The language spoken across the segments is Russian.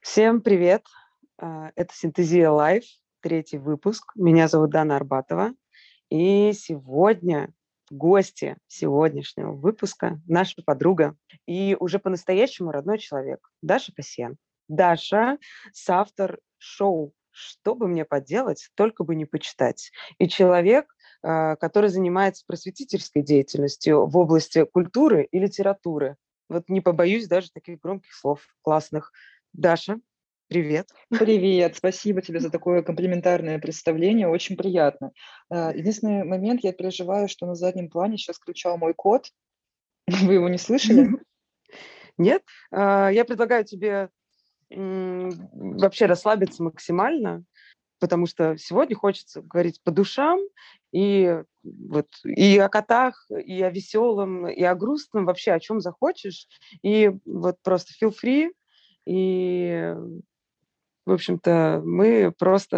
Всем привет! Это «Синтезия Лайф», третий выпуск. Меня зовут Дана Арбатова. И сегодня гости сегодняшнего выпуска наша подруга и уже по-настоящему родной человек Даша Касьян. Даша– соавтор шоу «Что бы мне поделать, только бы не почитать». И человек, который занимается просветительской деятельностью в области культуры и литературы. Вот не побоюсь даже таких громких слов классных. Даша, привет. Привет, спасибо тебе за такое комплиментарное представление, очень приятно. Единственный момент, я переживаю, что на заднем плане сейчас кричал мой кот. Вы его не слышали? Нет? Я предлагаю тебе вообще расслабиться максимально, потому что сегодня хочется говорить по душам и вот и о котах, и о веселом, и о грустном, вообще о чем захочешь. И вот просто feel free. И, в общем-то, мы просто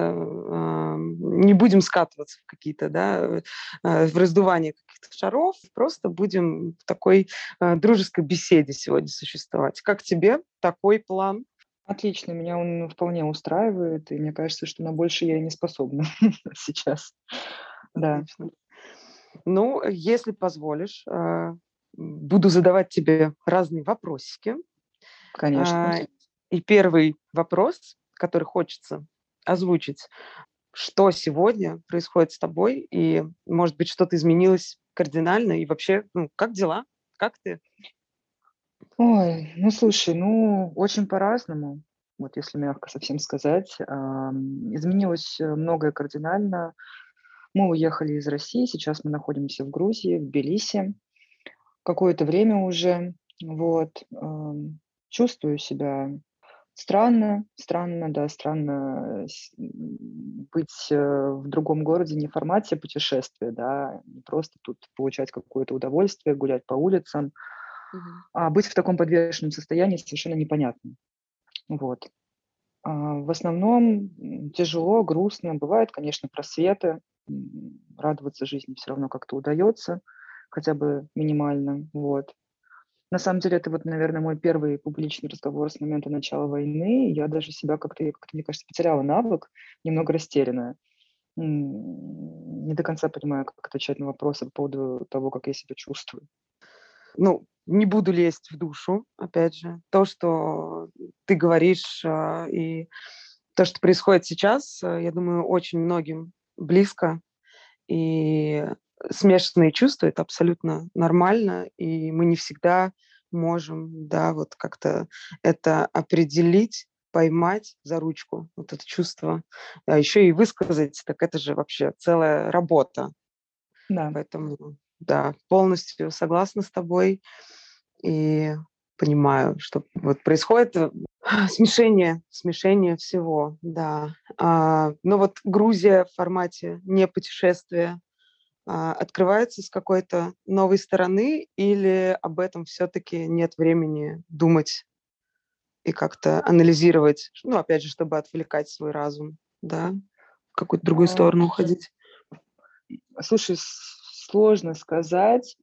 не будем скатываться в какие-то, да, в раздувание каких-то шаров, просто будем в такой дружеской беседе сегодня существовать. Как тебе такой план? Отлично, меня он вполне устраивает, и мне кажется, что на больше я и не способна сейчас. Да, Отлично. Ну, если позволишь, буду задавать тебе разные вопросики. конечно. А, И первый вопрос, который хочется озвучить: что сегодня происходит с тобой? И, может быть, что-то изменилось кардинально? И вообще, ну, как дела? Как ты? Ой, ну слушай, ну очень по-разному, вот если мягко совсем сказать. Изменилось многое кардинально. Мы уехали из России, сейчас мы находимся в Грузии, в Тбилиси. Какое-то время уже. Вот, чувствую себя странно, да, странно быть, в другом городе не в формате путешествия, да, не просто тут получать какое-то удовольствие, гулять по улицам, Мгм. а быть в таком подвешенном состоянии совершенно непонятно. Вот. В основном, тяжело, грустно. Бывают, конечно, просветы. Радоваться жизни все равно как-то удается, хотя бы минимально. Вот. На самом деле, это вот, наверное, мой первый публичный разговор с момента начала войны. Я даже себя как-то, мне кажется, потеряла навык, немного растерянная. Не до конца понимаю, как отвечать на вопросы по поводу того, как я себя чувствую. Ну, не буду лезть в душу, опять же. То, что ты говоришь, и то, что происходит сейчас, я думаю, очень многим близко. И смешанные чувства- это абсолютно нормально, и мы не всегда можем, да, вот как-то это определить, поймать за ручку, вот это чувство, а еще и высказать, так это же вообще целая работа. Да. Поэтому да, полностью согласна с тобой и понимаю, что вот происходит смешение всего, да. Но вот Грузия в формате не путешествия открывается с какой-то новой стороны или об этом все-таки нет времени думать и как-то анализировать, ну, опять же, чтобы отвлекать свой разум, да, в какую-то другую А, сторону уходить? Слушай, сложно сказать.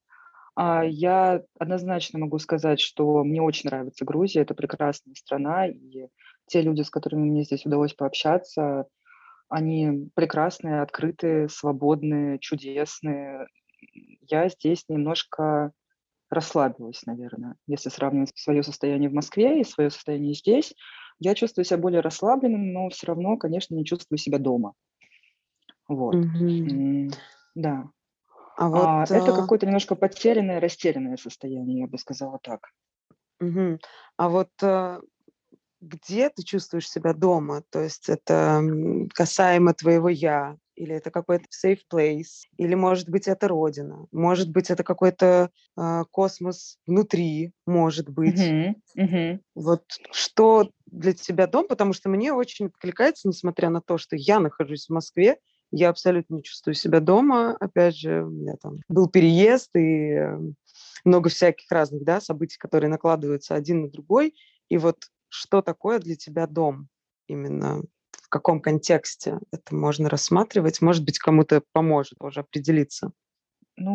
Я однозначно могу сказать, что мне очень нравится Грузия. Это прекрасная страна, и те люди, с которыми мне здесь удалось пообщаться, они прекрасные, открытые, свободные, чудесные. Я здесь немножко расслабилась, наверное. Если сравнивать свое состояние в Москве и свое состояние здесь, я чувствую себя более расслабленным, но все равно, конечно, не чувствую себя дома. Вот. Мгм. Да. А вот, Это какое-то немножко потерянное, растерянное состояние, я бы сказала так. мгм. А вот где ты чувствуешь себя дома? То есть это касаемо твоего «я», или это какой-то safe place, или, может быть, это родина, может быть, это какой-то космос внутри, может быть. Мгм, мгм. Вот что для тебя дом? Потому что мне очень откликается, несмотря на то, что я нахожусь в Москве, я абсолютно не чувствую себя дома. Опять же, у меня там был переезд и много всяких разных, да, событий, которые накладываются один на другой. И вот что такое для тебя дом? Именно в каком контексте это можно рассматривать? Может быть, кому-то поможет тоже определиться. Ну,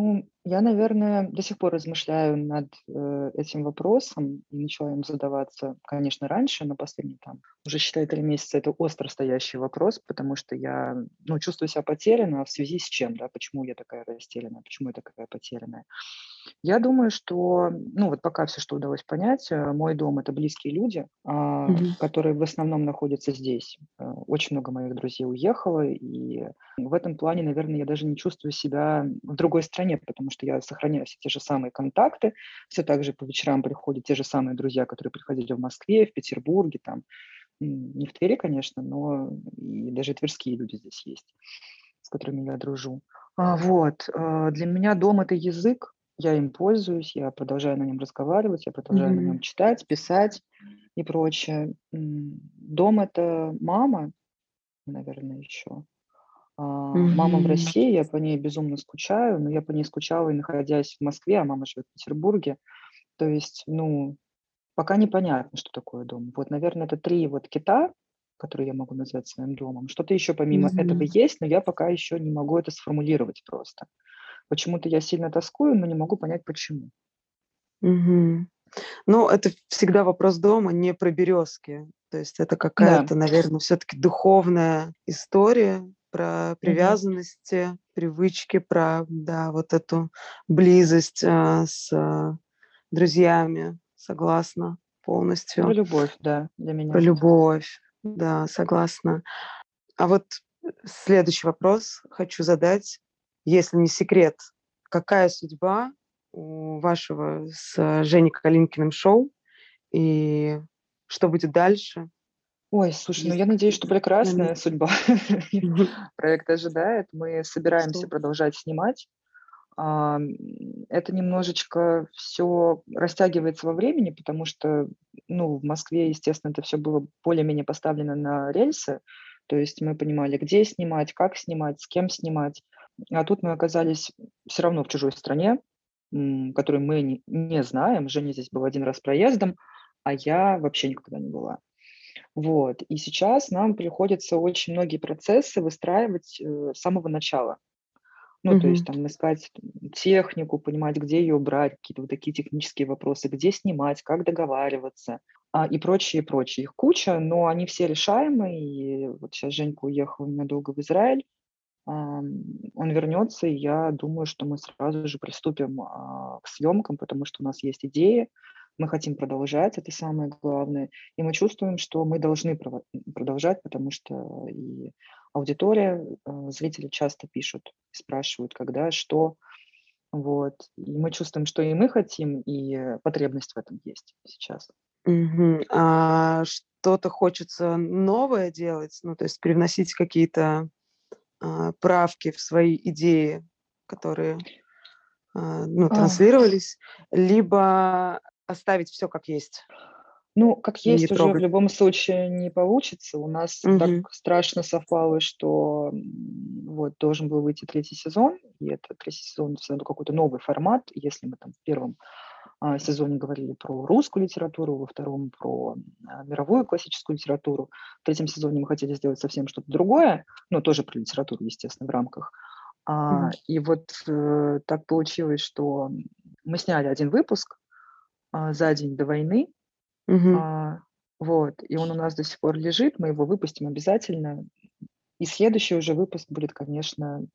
Я, наверное, до сих пор размышляю над этим вопросом и начала им задаваться, конечно, раньше, но последние там уже, считай, 3 месяца это остро стоящий вопрос, потому что я, ну, чувствую себя потерянно в связи с чем, да, почему я такая растерянная, почему я такая потерянная. Я думаю, что, ну, вот пока все, что удалось понять, мой дом — это близкие люди, Мгм. которые в основном находятся здесь. Очень много моих друзей уехало, и в этом плане, наверное, я даже не чувствую себя в другой стране, потому что я сохраняю все те же самые контакты, все так же по вечерам приходят те же самые друзья, которые приходили в Москве, в Петербурге, там, не в Твери, конечно, но и даже тверские люди здесь есть, с которыми я дружу. Для меня дом — это язык, я им пользуюсь, я продолжаю на нем разговаривать, я продолжаю на нем Мгм. читать, писать и прочее. Дом — это мама, наверное, еще. Мама в Мгм. России, я по ней безумно скучаю, но я по ней скучала и находясь в Москве, а мама живет в Петербурге. То есть, ну, пока непонятно, что такое дом. Вот, наверное, это 3 вот кита, которые я могу назвать своим домом. Что-то еще помимо этого Мгм. есть, но я пока еще не могу это сформулировать просто. Почему-то я сильно тоскую, но не могу понять, почему. Мгм. Ну, это всегда вопрос дома, не про березки. То есть это Да. какая-то, наверное, все-таки духовная история про Мгм. привязанности, привычки, про, да, вот эту близость с друзьями. Согласна Про полностью. любовь, да, для Про меня. любовь. Да, согласна. А вот следующий вопрос хочу задать. Если не секрет, какая судьба у вашего с Женей Калинкиным шоу? И что будет дальше? Ой, слушай, ну Есть я надеюсь, что какие-то прекрасная намеки? судьба Мгм. проект ожидает. Мы собираемся Что? продолжать снимать. Это немножечко все растягивается во времени, потому что, ну, в Москве, естественно, это все было более-менее поставлено на рельсы. То есть мы понимали, где снимать, как снимать, с кем снимать. А тут мы оказались все равно в чужой стране, которую мы не знаем. Женя здесь был один раз проездом, а я вообще никогда не была. Вот. И сейчас нам приходится очень многие процессы выстраивать, с самого начала. Ну, то есть Мгм. там искать технику, понимать, где ее брать, какие-то вот такие технические вопросы, где снимать, как договариваться, и прочее, прочее. Их куча, но они все решаемы. И вот сейчас Женька уехал ненадолго в Израиль. Он вернется, и я думаю, что мы сразу же приступим, к съемкам, потому что у нас есть идеи, мы хотим продолжать, это самое главное. И мы чувствуем, что мы должны продолжать, потому что и аудитория, зрители часто пишут, спрашивают, когда, что. Вот. И мы чувствуем, что и мы хотим, и потребность в этом есть сейчас. Мгм. А что-то хочется новое делать? Ну, то есть привносить какие-то, правки в свои идеи, которые, ну, А, транслировались, либо оставить все как есть Ну, как и не есть, уже в трогать? любом случае не получится. У нас так Мгм. страшно совпало, что вот должен был выйти 3-й сезон, и это 3-й сезон всё равно какой-то новый формат. Если мы там в первом сезоне говорили про русскую литературу, во втором про мировую классическую литературу, в 3-м сезоне мы хотели сделать совсем что-то другое, но тоже про литературу, естественно, в рамках. Мгм. И вот так получилось, что мы сняли один выпуск за день до войны, Мгм. а, и он у нас до сих пор лежит, мы его выпустим обязательно. И следующий уже выпуск будет, конечно,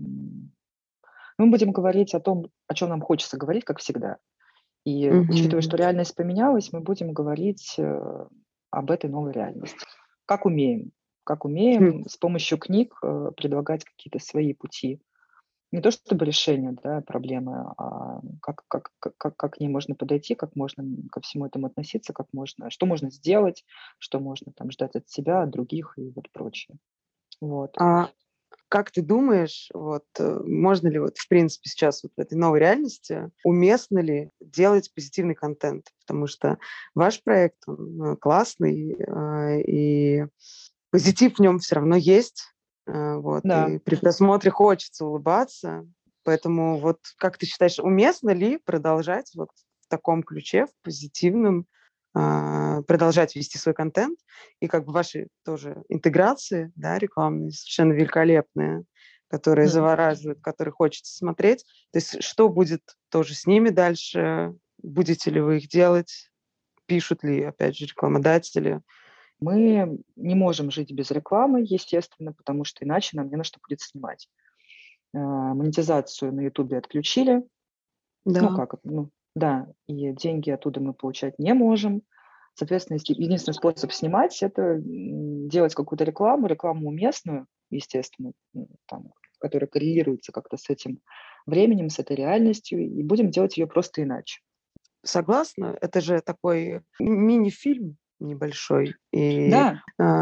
мы будем говорить о том, о чем нам хочется говорить, как всегда. И учитывая, Мгм. что реальность поменялась, мы будем говорить об этой новой реальности. Как умеем. Как Хм. умеем с помощью книг предлагать какие-то свои пути. Не то чтобы решение, да, проблемы, а как к ней можно подойти, как можно ко всему этому относиться, как можно, что можно сделать, что можно там ждать от себя, от других и вот прочее. Вот. А как ты думаешь, вот, можно ли вот, в принципе, сейчас вот в этой новой реальности, уместно ли делать позитивный контент? Потому что ваш проект, он, классный, и позитив в нем все равно есть. Вот, Да. и при просмотре хочется улыбаться. Поэтому вот как ты считаешь, уместно ли продолжать вот в таком ключе, в позитивном, продолжать вести свой контент? И как бы ваши тоже интеграции, да, рекламные совершенно великолепные. которые завораживают, которые хочется смотреть. То есть что будет тоже с ними дальше? Будете ли вы их делать? Пишут ли, опять же, рекламодатели? Мы не можем жить без рекламы, естественно, потому что иначе нам не на что будет снимать. Монетизацию на "Ютубе" отключили. Ну, Да. как это, да, и деньги оттуда мы получать не можем. Соответственно, единственный способ снимать — это, делать какую-то рекламу уместную, естественно, там, которая коррелируется как-то с этим временем, с этой реальностью, и будем делать ее просто иначе. Согласна. Это же такой мини-фильм небольшой. Да,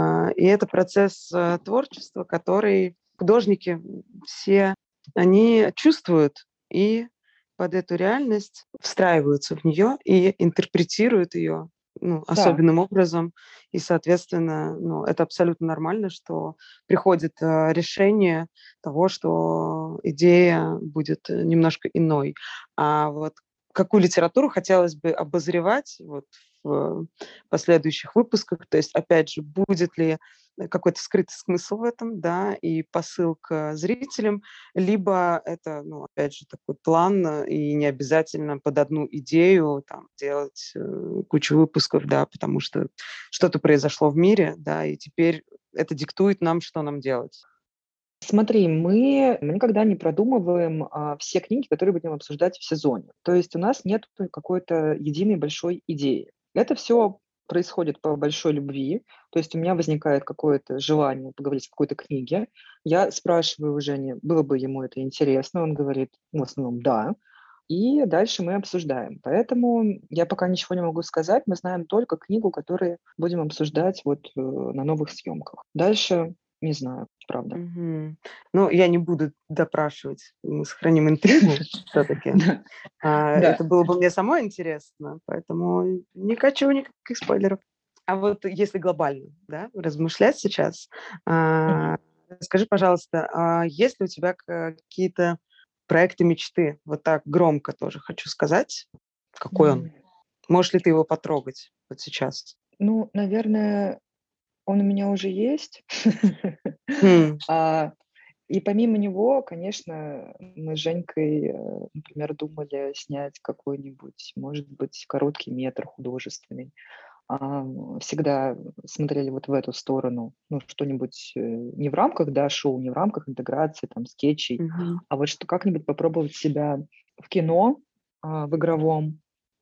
И это процесс творчества, который художники все, они чувствуют и под эту реальность встраиваются в нее и интерпретируют ее да. особенным образом. И, соответственно, это абсолютно нормально, что приходит решение того, что идея будет немножко иной. А вот какую литературу хотелось бы обозревать вот в последующих выпусках. То есть, опять же, будет ли какой-то скрытый смысл в этом, да, и посыл к зрителям, либо это, опять же, такой план, и не обязательно под одну идею там делать кучу выпусков, да, потому что что-то произошло в мире, да, и теперь это диктует нам, что нам делать. Смотри, мы никогда не продумываем, все книги, которые будем обсуждать в сезоне. То есть у нас нет какой-то единой большой идеи. Это все происходит по большой любви. То есть у меня возникает какое-то желание поговорить о какой-то книге. Я спрашиваю у Жени, было бы ему это интересно. Он говорит, в основном, да. И дальше мы обсуждаем. Поэтому я пока ничего не могу сказать. Мы знаем только книгу, которую будем обсуждать вот, на новых съемках. Дальше не знаю, правда. Мгм. Я не буду допрашивать, мы сохраним интригу все-таки. Да, Это да. было бы мне самой интересно, поэтому не хочу никаких спойлеров. А вот если глобально, да, размышлять сейчас, Мгм. а, скажи, пожалуйста, есть ли у тебя какие-то проекты мечты? Вот так громко тоже хочу сказать. Какой он? М. Можешь ли ты его потрогать вот сейчас? Ну, наверное, он у меня уже есть. М, А, и помимо него, конечно, мы с Женькой, например, думали снять какой-нибудь, может быть, короткий метр художественный. Всегда смотрели вот в эту сторону. Ну, что-нибудь, не в рамках, да, шоу, не в рамках интеграции, там, скетчей, мгм. а вот что как-нибудь попробовать себя в кино, в игровом.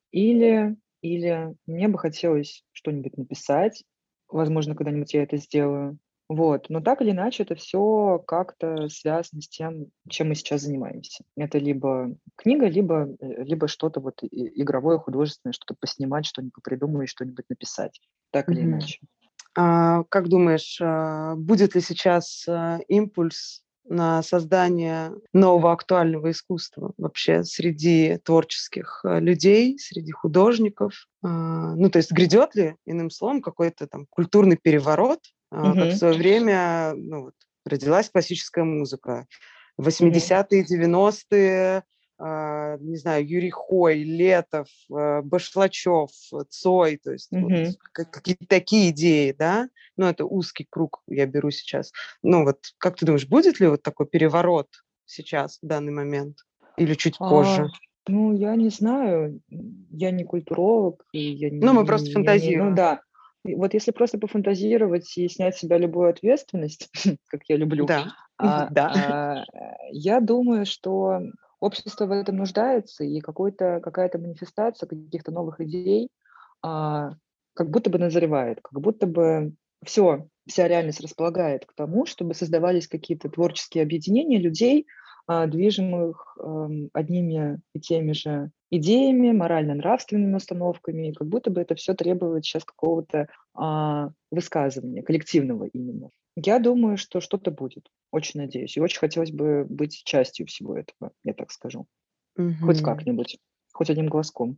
Или мне бы хотелось что-нибудь написать. Возможно, когда-нибудь я это сделаю. Вот. Но так или иначе это все как-то связано с тем, чем мы сейчас занимаемся. Это либо книга, либо что-то вот игровое, художественное, что-то поснимать, что-нибудь попридумывать, что-нибудь написать. Так или Мгм. иначе. Как думаешь, будет ли сейчас импульс на создание нового актуального искусства вообще среди творческих людей, среди художников? То есть грядет ли, иным словом, какой-то там культурный переворот, как в Мгм. свое время родилась классическая музыка. Мгм. 80-е, 90-е, не знаю, Юрий Хой, Летов, Башлачев, Цой, то есть вот Мгм. какие-то такие идеи, да? Это узкий круг я беру сейчас. Вот как ты думаешь, будет ли вот такой переворот сейчас, в данный момент? Или чуть А, позже? я не знаю, я не культуролог, и я Мы просто не ну фантазируем. да. И вот если просто пофантазировать и снять с себя любую ответственность, как я люблю, Да, да. я думаю, что общество в этом нуждается, и какая-то манифестация каких-то новых идей, а, как будто бы назревает, как будто бы вся реальность располагает к тому, чтобы создавались какие-то творческие объединения людей, движимых, одними и теми же идеями, морально-нравственными установками. И как будто бы это все требует сейчас какого-то, высказывания, коллективного именно. Я думаю, что что-то будет. Очень надеюсь. И очень хотелось бы быть частью всего этого, я так скажу. Хоть Мгм. как-нибудь, хоть одним глазком.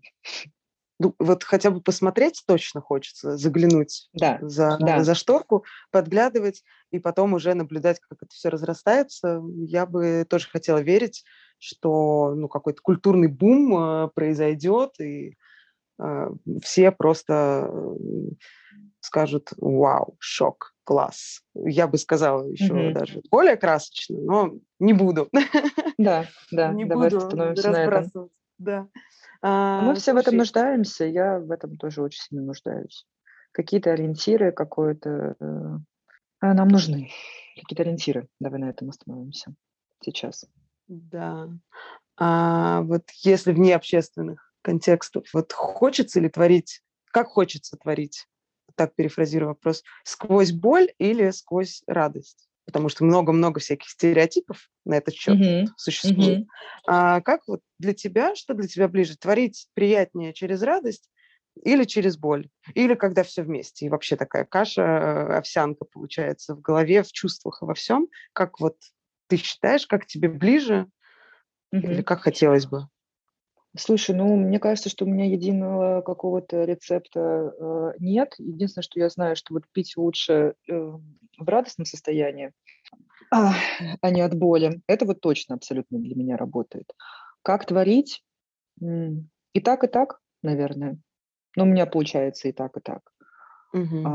Вот хотя бы посмотреть точно хочется, заглянуть Да, да. за шторку, подглядывать и потом уже наблюдать, как это все разрастается. Я бы тоже хотела верить, что, какой-то культурный бум, произойдет, и, все просто, скажут: вау, шок, класс. Я бы сказала еще Мгм. даже более красочно, но не буду. Да, да, Не давай буду остановимся на этом. разбрасываться. Да. Но мы все в этом Слушай, нуждаемся, я в этом тоже очень сильно нуждаюсь. Какие-то ориентиры, какое-то, нам нужны какие-то ориентиры. Давай на этом остановимся сейчас. да. Вот если вне общественных контекстов, вот хочется ли творить, как хочется творить? Так перефразирую вопрос. Сквозь боль или сквозь радость? Потому что много-много всяких стереотипов на этот счет Мгм. существует. Мгм. Как вот для тебя, что для тебя ближе? Творить приятнее через радость или через боль? Или когда все вместе? И вообще такая каша, овсянка получается в голове, в чувствах и во всем. Как вот ты считаешь, как тебе ближе или Мгм. как хотелось бы? Слушай, ну, мне кажется, что у меня единого какого-то рецепта, нет. Единственное, что я знаю, что вот пить лучше, в радостном состоянии, а, а не от боли. Это вот точно абсолютно для меня работает. Как творить? И так, наверное. Но у меня получается и так, и так. Мгм.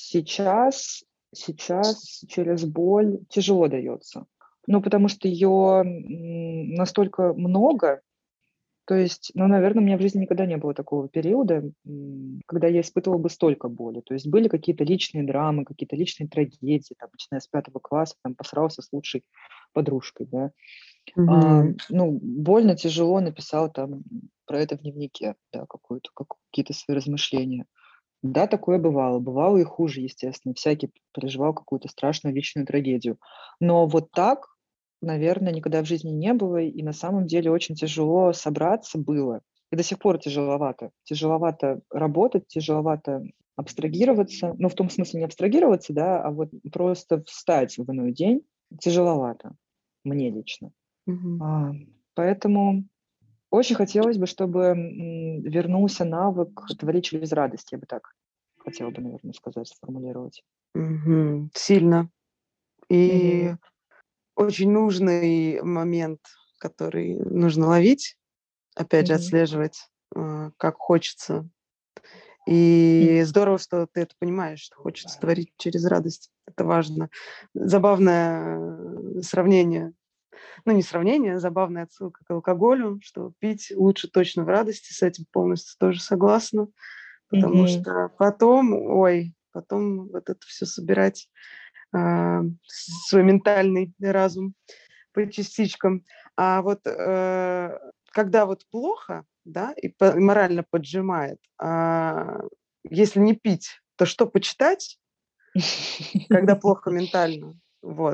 Сейчас через боль тяжело дается. Ну, потому что ее настолько много, то есть, ну, наверное, у меня в жизни никогда не было такого периода, когда я испытывала бы столько боли. То есть были какие-то личные драмы, какие-то личные трагедии, там, начиная с 5 класса, там, посрался с лучшей подружкой, да. Мгм. Ну, больно, тяжело написал там про это в дневнике, да, какие-то свои размышления. Да, такое бывало. Бывало и хуже, естественно. Всякий переживал какую-то страшную личную трагедию. Но вот так, наверное, никогда в жизни не было. И на самом деле очень тяжело собраться было. И до сих пор тяжеловато. Тяжеловато работать, тяжеловато абстрагироваться. Ну, в том смысле не абстрагироваться, да, а вот просто встать в иной день тяжеловато. Мне лично. Мгм. А, Поэтому очень хотелось бы, чтобы, вернулся навык творить через радость, я бы так хотела бы, наверное, сказать, сформулировать. Мгм. Сильно. Мгм. И очень нужный момент, который нужно ловить, опять же, Мгм. отслеживать, как хочется. М. И здорово, что ты это понимаешь, что хочется творить через радость. Это важно. Забавное сравнение, ну, не сравнение, забавная отсылка к алкоголю, что пить лучше точно в радости. С этим полностью тоже согласна. Потому Мгм. что потом, ой, потом вот это все собирать, свой ментальный разум по частичкам. А вот, когда вот плохо, да, и морально поджимает, если не пить, то что почитать, когда плохо ментально? Вот.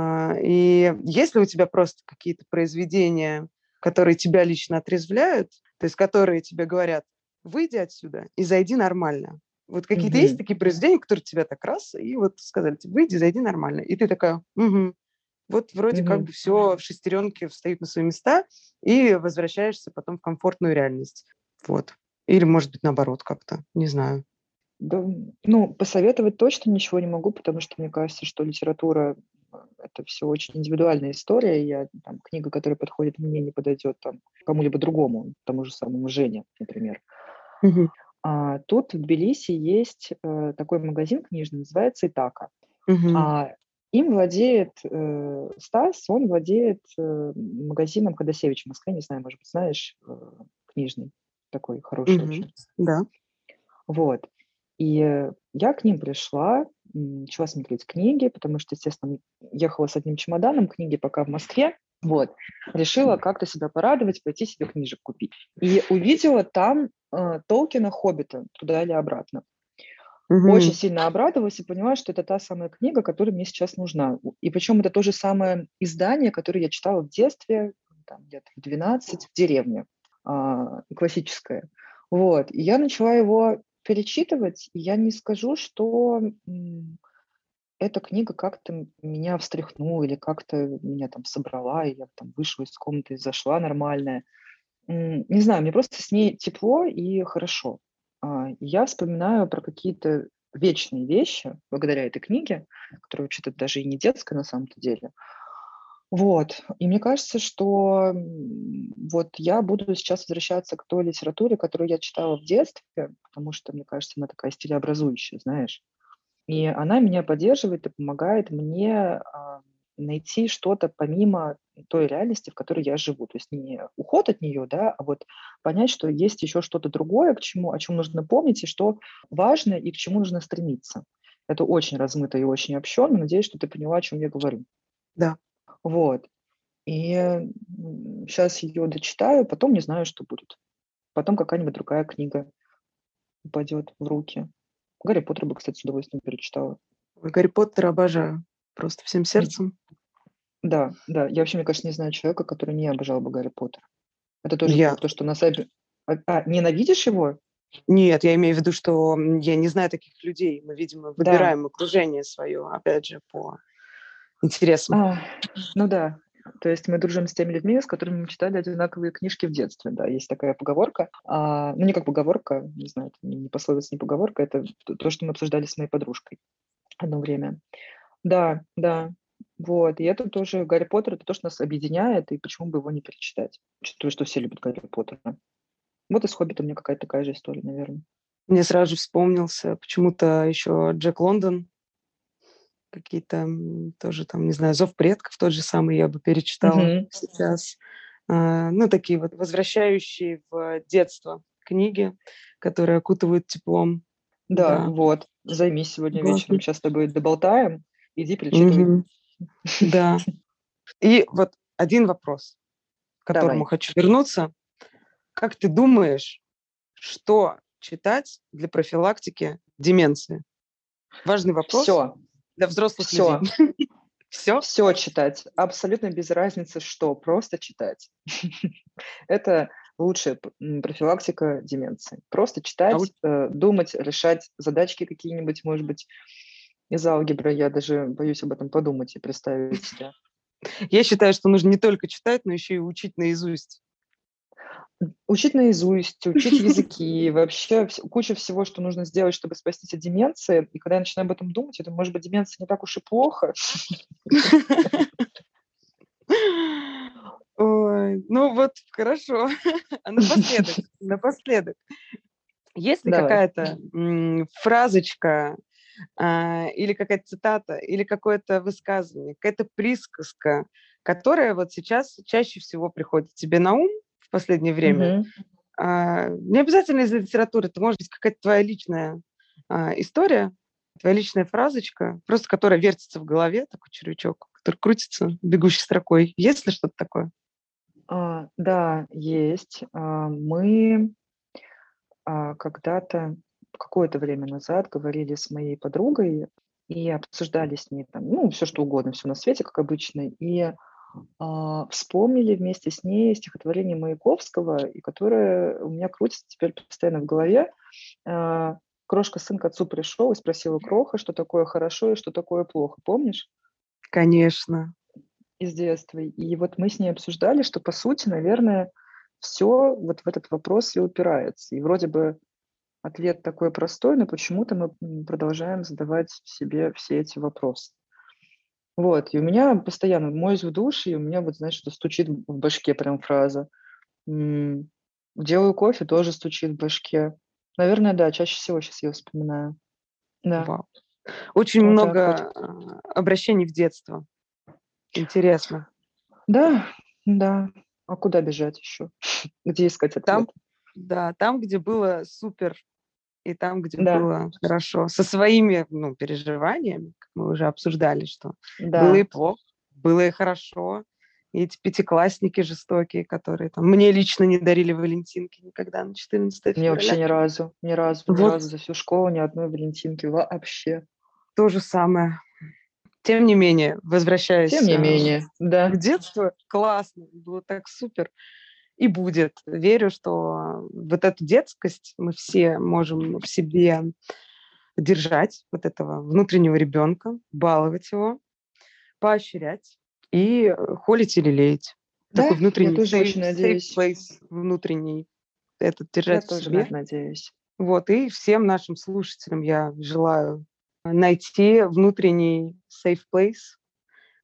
И есть ли у тебя просто какие-то произведения, которые тебя лично отрезвляют, то есть которые тебе говорят: "Выйди отсюда и зайди нормально"? Вот какие-то есть Мгм. такие произведения, которые тебя так раз и вот сказали тебе: "Выйди, зайди нормально". И ты такая: "Мгм". Вот вроде как Мгм. бы все шестеренки встают на свои места, и возвращаешься потом в комфортную реальность. Вот. Или, может быть, наоборот как-то, не знаю. Да, ну, посоветовать точно ничего не могу, потому что мне кажется, что литература, это все очень индивидуальная история. Там книга, которая подходит мне, не подойдет там кому-либо другому, тому же самому Жене, например. Мгм. Тут в Тбилиси есть, такой магазин книжный, называется "Итака". Мгм. А, Им владеет, Стас, он владеет, магазином "Ходосевич" в Москве, не знаю, может быть, знаешь, книжный, такой хороший Мгм. очень. Да. Вот. И, я к ним пришла, начала смотреть книги, потому что, естественно, ехала с одним чемоданом, книги пока в Москве. Вот. Решила как-то себя порадовать, пойти себе книжек купить. И увидела там, Толкина "Хоббита" туда или обратно. Очень Мгм. сильно обрадовалась и поняла, что это та самая книга, которая мне сейчас нужна. И причем это то же самое издание, которое я читала в детстве, там, лет в 12 в деревне, классическое. Вот. И я начала его перечитывать, и я не скажу, что эта книга как-то меня встряхнула или как-то меня там собрала, и я там вышла из комнаты и зашла нормальная. Не знаю, мне просто с ней тепло и хорошо. Я вспоминаю про какие-то вечные вещи благодаря этой книге, которая вообще-то даже и не детская на самом-то деле. Вот. И мне кажется, что вот я буду сейчас возвращаться к той литературе, которую я читала в детстве, потому что, мне кажется, она такая стилеобразующая, знаешь. И она меня поддерживает и помогает мне найти что-то помимо той реальности, в которой я живу. То есть не уход от нее, да, а вот понять, что есть еще что-то другое, о чем нужно помнить, и что важно, и к чему нужно стремиться. Это очень размыто и очень обобщенно. Надеюсь, что ты поняла, о чем я говорю. Да. Вот. И сейчас ее дочитаю, потом не знаю, что будет. Потом какая-нибудь другая книга упадет в руки. Гарри Поттер бы, кстати, с удовольствием перечитала. Ой, Гарри Поттера обожаю. Просто всем сердцем. Да, да. Я вообще, мне кажется, не знаю человека, который не обожал бы Гарри Поттера. Это тоже Я... про то, что нас ненавидишь его? Нет, я имею в виду, что я не знаю таких людей. Мы, видимо, Да. выбираем окружение свое, опять же, по интересам. Ну да. То есть мы дружим с теми людьми, с которыми мы читали одинаковые книжки в детстве. Да, есть такая поговорка. Ну, не как поговорка, не знаю, это не пословица, не поговорка, это то, что мы обсуждали с моей подружкой одно время. Да, да. Вот. И это тоже Гарри Поттер, это то, что нас объединяет, и почему бы его не перечитать, учитывая, что все любят Гарри Поттера. Вот и с «Хоббитом» у меня какая-то такая же история, наверное. Мне сразу же вспомнился почему-то еще Джек Лондон. Какие-то тоже там, не знаю, «Зов предков» тот же самый я бы перечитала сейчас. Ну, такие вот возвращающие в детство книги, которые окутывают теплом. Да, Да. вот. Займись сегодня вечером. Классно. Сейчас с тобой доболтаем. Иди перечитывай. Мгм. Да. И вот один вопрос, к которому Давай. хочу вернуться. Как ты думаешь, что читать для профилактики деменции? Важный вопрос Все, для взрослых людей. все, Все? все читать. Абсолютно без разницы, что. Просто читать. Это лучшая профилактика деменции. Просто А читать, думать, решать задачки какие-нибудь, может быть, из алгебры. Я даже боюсь об этом подумать и представить себя. Я считаю, что нужно не только читать, но еще и учить наизусть. Учить наизусть, учить языки, вообще куча всего, что нужно сделать, чтобы спастись от деменции. И когда я начинаю об этом думать, я думаю, может быть, деменция не так уж и плохо. Ой, ну вот хорошо. А напоследок, есть ли Давай. какая-то фразочка или какая-то цитата, или какое-то высказывание, какая-то присказка, которая вот сейчас чаще всего приходит тебе на ум в последнее время? Мгм. Не обязательно из литературы, это может быть какая-то твоя личная история, твоя личная фразочка, просто которая вертится в голове, такой червячок, который крутится бегущей строкой. Есть ли что-то такое? Да, есть. Мы когда-то, какое-то время назад, говорили с моей подругой и обсуждали с ней там, ну, все что угодно, все на свете, как обычно. И вспомнили вместе с ней стихотворение Маяковского, и которое у меня крутится теперь постоянно в голове. А, Крошка сын к отцу пришел и спросил у кроха, что такое хорошо и что такое плохо. Помнишь? Конечно. Из детства. И вот мы с ней обсуждали, что, по сути, наверное, все вот в этот вопрос и упирается. И вроде бы ответ такой простой, но почему-то мы продолжаем задавать себе все эти вопросы. Вот, и у меня постоянно моюсь в душе, и у меня вот, знаешь, что стучит в башке прям фраза. М, Делаю кофе, тоже стучит в башке. Наверное, да, чаще всего сейчас я вспоминаю. Да, Вау. Очень вот так вот. много обращений в детство. Интересно. Да, да. А куда бежать еще? Где искать Там, ответ? да, там, где было супер, и там, где Да, было хорошо. Со своими переживаниями, как мы уже обсуждали, что было и да. плохо, было и хорошо. И эти пятиклассники жестокие, которые там мне лично не дарили валентинки никогда на 14 Мне вообще февраля. ни разу, ни разу, ни Вот разу за всю школу ни одной валентинки вообще. то же самое. Тем не менее, Тем возвращаясь не менее, к да. детству, классно, было так супер. И будет. Верю, что вот эту детскость мы все можем в себе держать, вот этого внутреннего ребенка, баловать его, поощрять и холить или лелеять. Такой Да, я внутренний тоже очень safe надеюсь. place внутренний этот Я держать в тоже на себе. это надеюсь. Вот, и всем нашим слушателям я желаю найти внутренний safe place,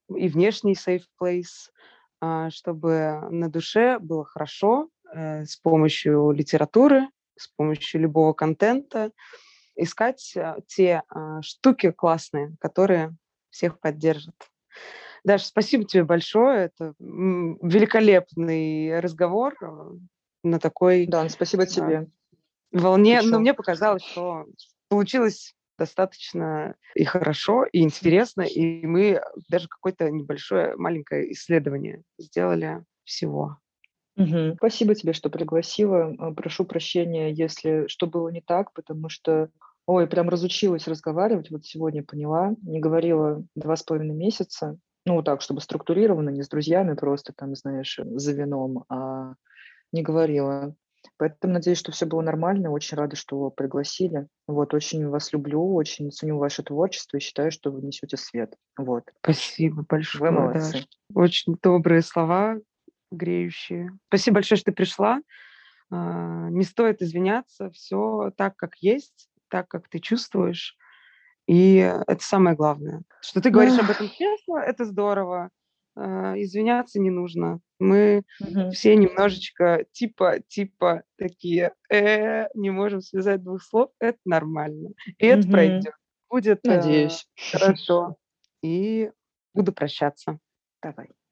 и внешний safe place, чтобы на душе было хорошо, с помощью литературы, с помощью любого контента искать те штуки классные, которые всех поддержат. Даша, спасибо тебе большое. Это великолепный разговор на такой Да, спасибо а, тебе. Ты волне. Но чё? мне показалось, что получилось достаточно и хорошо, и интересно, и мы даже какое-то небольшое маленькое исследование сделали всего. Мгм. Спасибо тебе, что пригласила. Прошу прощения, если что было не так, потому что, ой, прям разучилась разговаривать. Вот сегодня поняла, не говорила 2,5 месяца. Ну, вот так, чтобы структурированно, не с друзьями просто там, знаешь, за вином, а не говорила. Поэтому надеюсь, что все было нормально. Очень рада, что пригласили. Вот, очень вас люблю, очень ценю ваше творчество и считаю, что вы несете свет. Вот. Спасибо Вы большое, Даша. молодцы. Очень добрые слова, греющие. Спасибо большое, что ты пришла. Не стоит извиняться, все так, как есть, так, как ты чувствуешь. И это самое главное. Что ты говоришь об этом честно, это здорово. Извиняться не нужно. Мы Мгм. все немножечко типа такие, не можем связать двух слов. Это нормально. И это Мгм. пройдет. Будет Надеюсь. хорошо. И буду прощаться. Давай.